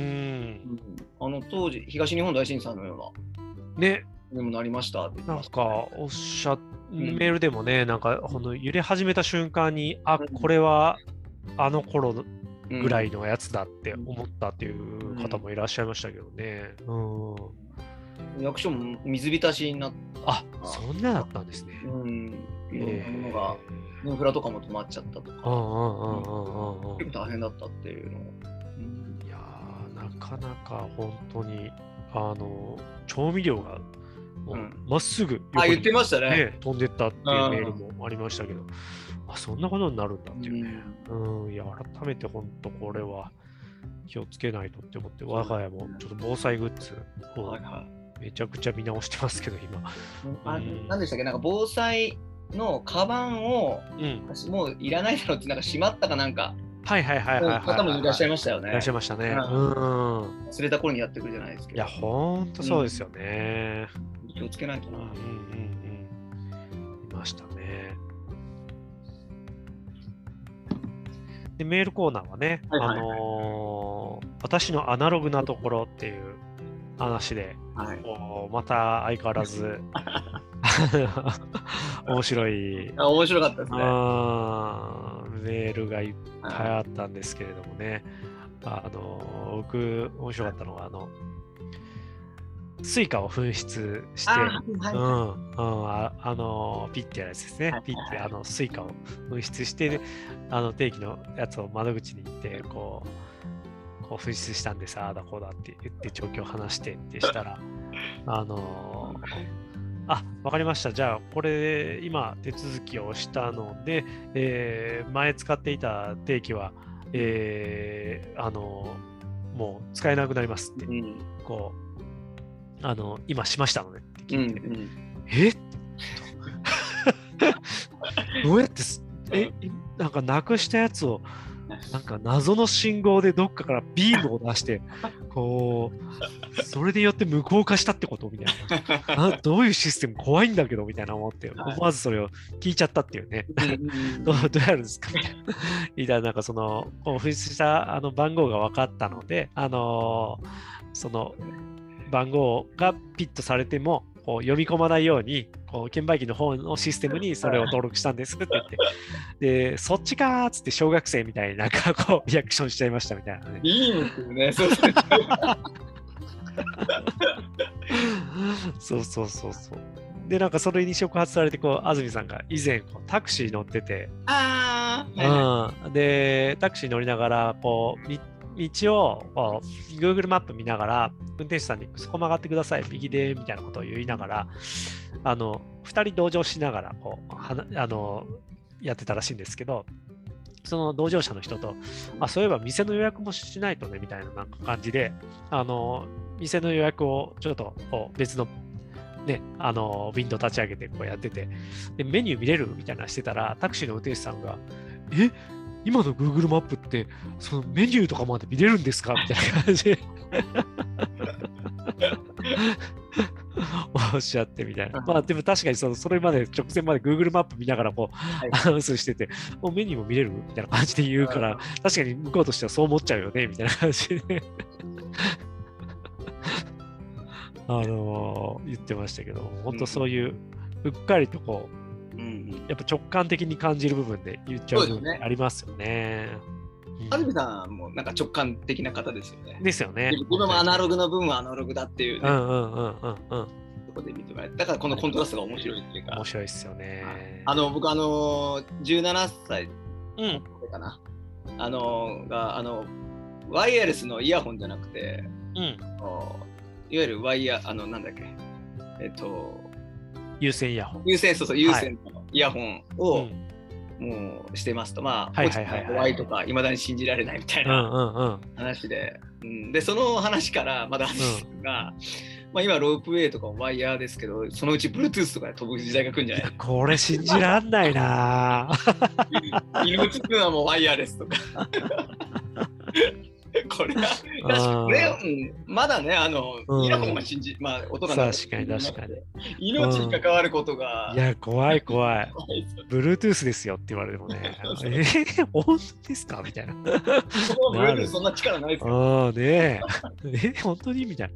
あの当時、東日本大震災のような、ね、にもなりましたって言ってました、ね。なんかおっしゃ、メールでもね、なんかこの揺れ始めた瞬間に、あ、これはあの頃ぐらいのやつだって思ったっていう方もいらっしゃいましたけどね。うん役所も水浸しになった。 あ、そんなだったんですね。 うん。いろんなものが、インフラとかも止まっちゃったとか。結構大変だったっていうのを。 いやー、なかなか本当に、あの、調味料がもうまっすぐ、 あ、言ってましたね。 飛んでったっていうメールもありましたけど、あ、そんなことになるんだっていうね。うん、いや、改めて本当これは気をつけないとって思って、我が家もちょっと防災グッズを、はいはいめちゃくちゃ見直してますけど、今。 あ、何でしたっけ、なんか防災のカバンを、うん、もういらないだろうって、なんかしまったかなんか、 はいはいはいはい、はい。 方もいらっしゃいましたよね。 いらっしゃいましたね。うん。 忘れた頃にやってくるじゃないですけど。 いや、ほんとそうですよね。 うん、気をつけないとな。うんうんうん。 いましたね。で、メールコーナーはね、はいはいはい、あのー、私のアナログなところっていう、話で、はい、また相変わらず面白いあ面白かったですねメールがいっぱいあったんですけれどもね、はい、あの僕面白かったのがあのスイカを紛失してあ、はいうんうん、あ, あのピッてやるやつですね、はい、ピッてあのスイカを紛失して、ね、あの定期のやつを窓口に行ってこうこう紛失したんでさあだこうだって言って状況を話してってしたらあのー、あわかりましたじゃあこれ今手続きをしたので、えー、前使っていた定期は、えー、あのー、もう使えなくなりますって、うん、こうあのー、今しましたのでって聞いて、うんうん、えっどうやってえなんかなくしたやつをなんか謎の信号でどっかからビームを出してこうそれでよって無効化したってことみたいなどういうシステム怖いんだけどみたいな思って思わずそれを聞いちゃったっていうねど, うどうやるんですかみたいなみたいななんかその紛失したあの番号が分かったのであのー、その番号がピッとされてもこう読み込まないようにこう券売機の方のシステムにそれを登録したんですって言ってでそっちかーっつって小学生みたいになんかこうリアクションしちゃいましたみたいなね。 いいんですよね。そうそうそうそうそう。でなんかそれに触発されてこう安住さんが以前こうタクシー乗ってて、 ああ、うん、でタクシー乗りながらこう道をこう Google マップ見ながら運転手さんにそこ曲がってください右でみたいなことを言いながらあのふたり同乗しながらこうはなあのやってたらしいんですけどその同乗者の人と、あ、そういえば店の予約もしないとねみたいななんか感じで、あの店の予約をちょっとこう別のね、あのウィンドウ立ち上げてこうやってて、でメニュー見れるみたいなのしてたら、タクシーの運転手さんが、え、今の Google マップってそのメニューとかまで見れるんですかみたいな感じでおっしゃってみたいな。まあでも確かにそのそれまで直前まで Google マップ見ながらこう、はい、アナウンスしてて、もうメニューも見れるみたいな感じで言うから、確かに向こうとしてはそう思っちゃうよねみたいな感じであのー、言ってましたけど、本当そういううっかりとこう、うん、やっぱ直感的に感じる部分で言っちゃう部分ありますよね。 安住さんもなんか直感的な方ですよね。 ですよね。 自分もアナログの部分はアナログだっていうね。 うんうんうんうんうん。 そこで見てもらえる。だからこのコントラストが面白いっていうか。 面白いですよね。 あの僕あのじゅうななさいかな、 うん、 あのがあのワイヤレスのイヤホンじゃなくて、 うん、 いわゆるワイヤあのなんだっけえっと有線イヤホン。 有線そうそう有線のイヤホンを、はいうん、もうしてますと、まあ、 はいはいはいはい、 怖いとか、いまだに信じられないみたいな話で、うんうんうん、で、その話から、まだ話が、うんまあ、今、ロープウェイとかワイヤーですけど、そのうち Bluetooth とかで飛ぶ時代が来るんじゃない？ これ信じらんないな命っていうのはもうワイヤーレスとか。これは確かにね、うん、まだね、あの、うん、イヤホンが信じ、まあ、音が確かに確かに。 命に関わることが。 うん、いや、怖い怖い。Bluetooth ですよって言われてもね。えー、本当ですかみたいな。 Bluetooth そんな力ないですよ。ああ、ねえ。え、本当にみたいな。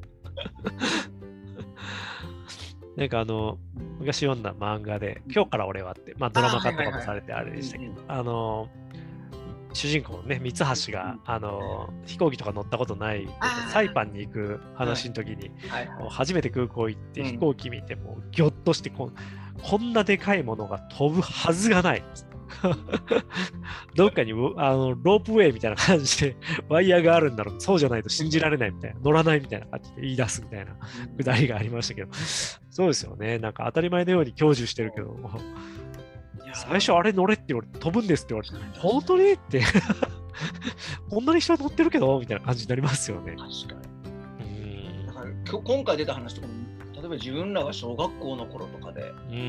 なんかあの、昔読んだ漫画で、今日から俺はって、まあドラマ化とかもされてあれでしたけど、あの、主人公のね、三橋が、あの飛行機とか乗ったことないサイパンに行く話の時に、はいはいはい、初めて空港行って飛行機見てもうギョッとしてここんなでかいものが飛ぶはずがないどっかにあのロープウェイみたいな感じでワイヤーがあるんだろう、そうじゃないと信じられないみたいな、乗らないみたいな感じで言い出すみたいなくだりがありましたけど、そうですよね、なんか当たり前のように享受してるけど最初あれ乗れって言われて飛ぶんですって言われて本当にってこんなに人乗ってるけどみたいな感じになりますよね。 確かに。うんだから今回出た話とかも例えば自分らが小学校の頃とかで、うん、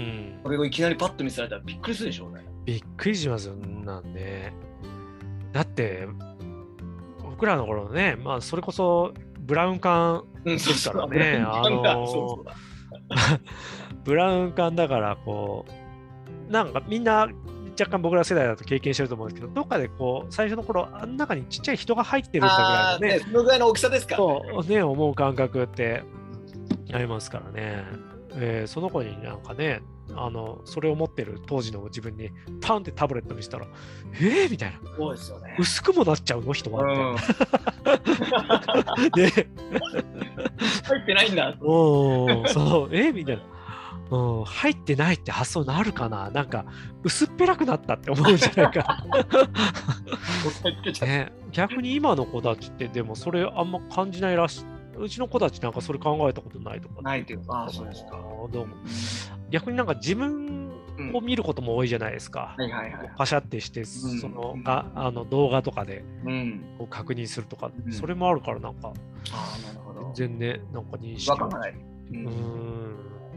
これをいきなりパッと見せられたらびっくりするでしょうね。 びっくりしますよなんで。だって僕らの頃のね、まあそれこそブラウン管ですからね。あのブラウン管だからこう。なんかみんな若干僕ら世代だと経験してると思うんですけど、どっかでこう最初の頃あん中にちっちゃい人が入ってるんだぐらいのね、 ねそのぐらいの大きさですか、ね、 そうね思う感覚ってありますからね。えー、その子になんかねあのそれを持ってる当時の自分にパンってタブレット見せたらえーみたいな、 そうですよね、 薄くもなっちゃうの人はみたいな、うん、で入ってないんだおそうえー、みたいな。うん、入ってないって発想になるかな、なんか薄っぺらくなったって思うんじゃないか、ね、逆に今の子たちってでもそれあんま感じないらしい。うちの子たちなんかそれ考えたことないとかないっていうか、あそうですか。 どうも逆になんか自分を見ることも多いじゃないですか、パシャってして、うん、そのがあの動画とかでこう確認するとか、うん、それもあるからなんか、 あなるほど全然ねなんか認識がない。うん、うん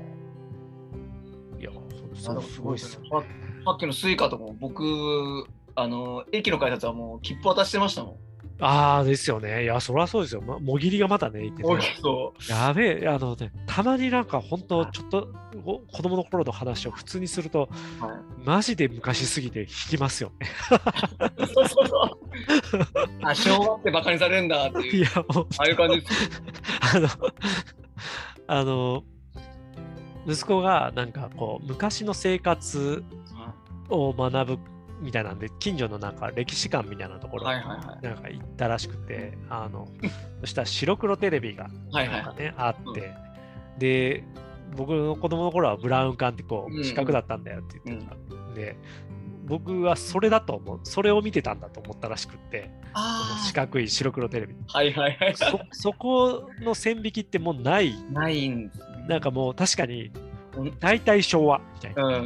いや、すごいっすよね。 さっきのスイカとかも僕、あの駅の改札はもう切符渡してましたもん。 ああ、ですよね。いや、そりゃそうですよ。ま、もぎりがまたね、いてね。やべえ、あのね、たまになんか本当、ちょっと子供の頃の話を普通にすると、はい、マジで昔すぎて引きますよね。 そうそうそう。あ、昭和ってバカにされるんだっていう。いや、もう。ああいう感じです。 あの、あの、息子がなんかこう昔の生活を学ぶみたいなんで近所のなんか歴史館みたいなところなんか行ったらしくて、あのそしたら白黒テレビがなんかねあって、で僕の子供の頃はブラウン管ってこう四角だったんだよって言ってたんで、僕はそれだと思う、それを見てたんだと思ったらしくって、四角い白黒テレビ、 はいはいはい、 そ, そこの線引きってもうないないんですね。 なんかもう確かに大体昭和みたいな。うん、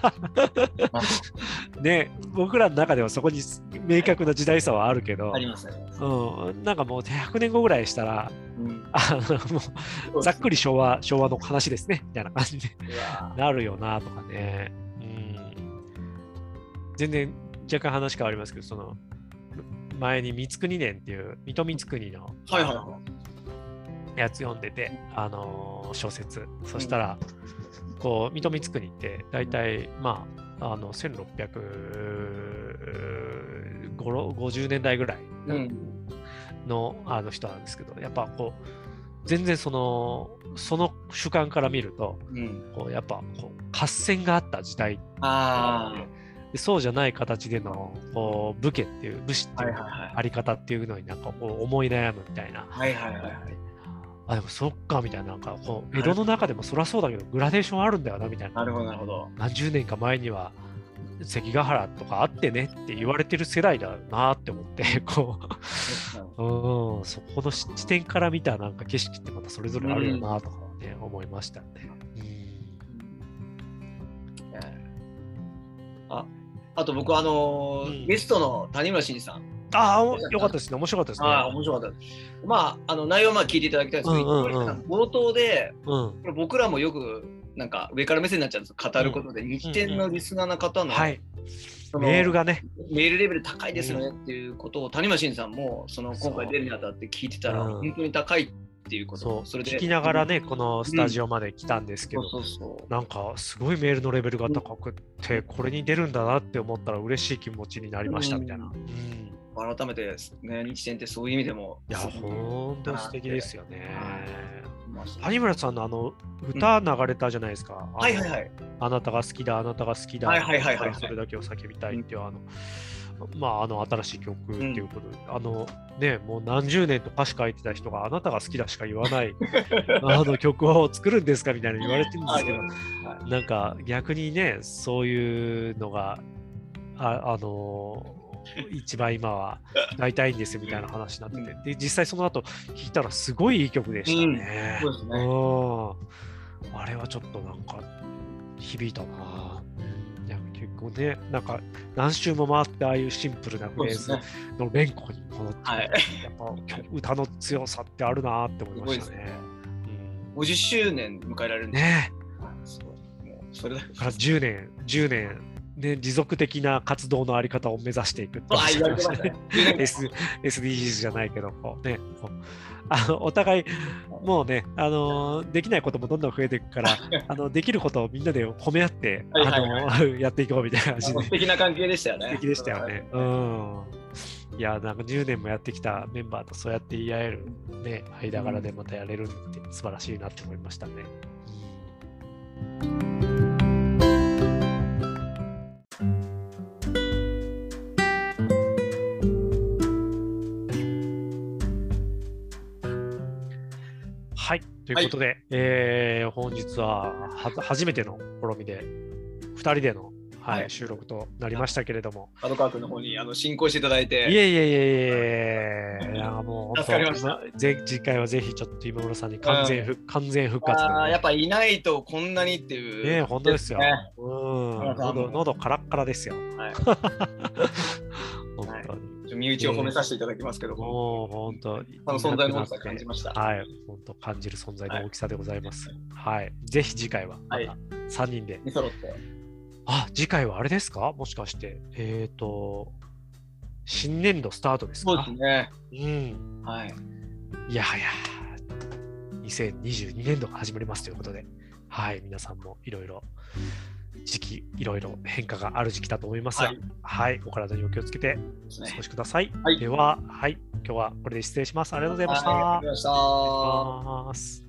ね、僕らの中ではそこに明確な時代差はあるけど、 ありますね。 うん、なんかもうひゃくねんごぐらいしたら、うん、あのもうざっくり昭和、昭和の話ですねみたいな感じでなるよなとかね。うん、全然若干話変わりますけど、その前に光国年っていう水戸光国の、 はいはいはい、 やつ読んでて、あのー、小説。そしたら、うん、こう水戸光国って大体、まあ、あのせんろっぴゃくごじゅうねんだいぐらいの、うん、あの人なんですけど、やっぱこう全然そのその主観から見ると、うん、こうやっぱこう合戦があった時代あで、そうじゃない形でのこう武家っていう武士っていうあり方っていうのになんかこう思い悩むみたいな。 はいはいはいはい。 あ、でもそっかみたいな、なんかこう江戸の中でもそりゃそうだけどグラデーションあるんだよなみたいな。 なるほどなるほど。 何十年か前には関ヶ原とかあってねって言われてる世代だなって思ってこう、うん、そこの視点から見たなんか景色ってまたそれぞれあるよなとかね、うん、思いましたね。うん、 ああと僕あのーうん、ゲストの谷村新司さん。 ああ、よかったですね。面白かったですね。 ああ、面白かったです。まあ、あの内容はまあ聞いていただきたいんですけど、うんうんうん、冒頭で、うん、僕らもよくなんか上から目線になっちゃうんです語ることで、うん、日天のリスナーの方の、 はい、メールがね、 メールレベル高いですよねっていうことを谷村新司さんもその今回出るにあたって聞いてたら、うん、本当に高いっていうことをそれで聞きながらね、このスタジオまで来たんですけど、なんかすごいメールのレベルが高くって、うん、これに出るんだなって思ったら嬉しい気持ちになりましたみたいな。うんうん、改めて、ね、日天ってそういう意味でもいや本当素敵ですよね。谷村さんのあの歌流れたじゃないですか。 はいはいはい。 あなたが好きだあなたが好きだ、 はいはいはいはい、 それだけを叫びたいっていうあの、まああの新しい曲っていうことで、うん、あのねもう何十年と歌詞書いてた人があなたが好きだしか言わないあの曲を作るんですかみたいな言われてるんですけど、はい、なんか逆にねそういうのがああの一番今は歌いたいんですよみたいな話になってて、うん、で実際その後聴いたらすごいいい曲でしたね。 うん、そうですね。 うん、あれはちょっとなんか響いたな。いや結構ねなんか何周も回ってああいうシンプルなフレーズの連呼にこの、はい、やっぱ歌の強さってあるなって思いましたね。 うん、ごじゅっしゅうねん迎えられるんですね。 すごい。もうそれだからじゅうねんじゅうねんで持続的な活動のあり方を目指していくって言ってましたね。 S エスディージーズ じゃないけどこう、ね、こうあのお互いもうね、あのー、できないこともどんどん増えていくからあのできることをみんなで褒め合ってやっていこうみたいな感じで素敵な関係でしたよね。 素敵でしたよね。うん、いやなんかじゅうねんもやってきたメンバーとそうやって言い合える、ね、間柄でまたやれるって素晴らしいなって思いましたね。はい、ということで、はい、えー、本日はは初めての試みでふたりでの、はいはい、収録となりましたけれども、 角川君の方にあの進行していただいて、 いえいえいえいえ、いやもう本当ぜ次回はぜひちょっと今村さんに完全復、うん、完全復活で、ね、 あやっぱいないとこんなにっていうね、本当ですよ。ね、うん、喉喉カラッカラですよ。はい、本当に。 身内を褒めさせていただきますけども、 もう本当あの存在の大きさを感じました。 はい、本当感じる存在の大きさでございます。はい、はい、ぜひ次回はまたさんにんで。 に揃って。 あ、次回はあれですか？もしかして、えっと、新年度スタートですか？ そうですね。 うん。はい。いやはや、にせんにじゅうにねんどが始まりますということで、はい、皆さんもいろいろ時期いろいろ変化がある時期だと思いますが、はい、はい、お体にお気をつけてお過ごしください。はい、では、はい、今日はこれで失礼します。ありがとうございました。 はい、ありがとうございました。 失礼します。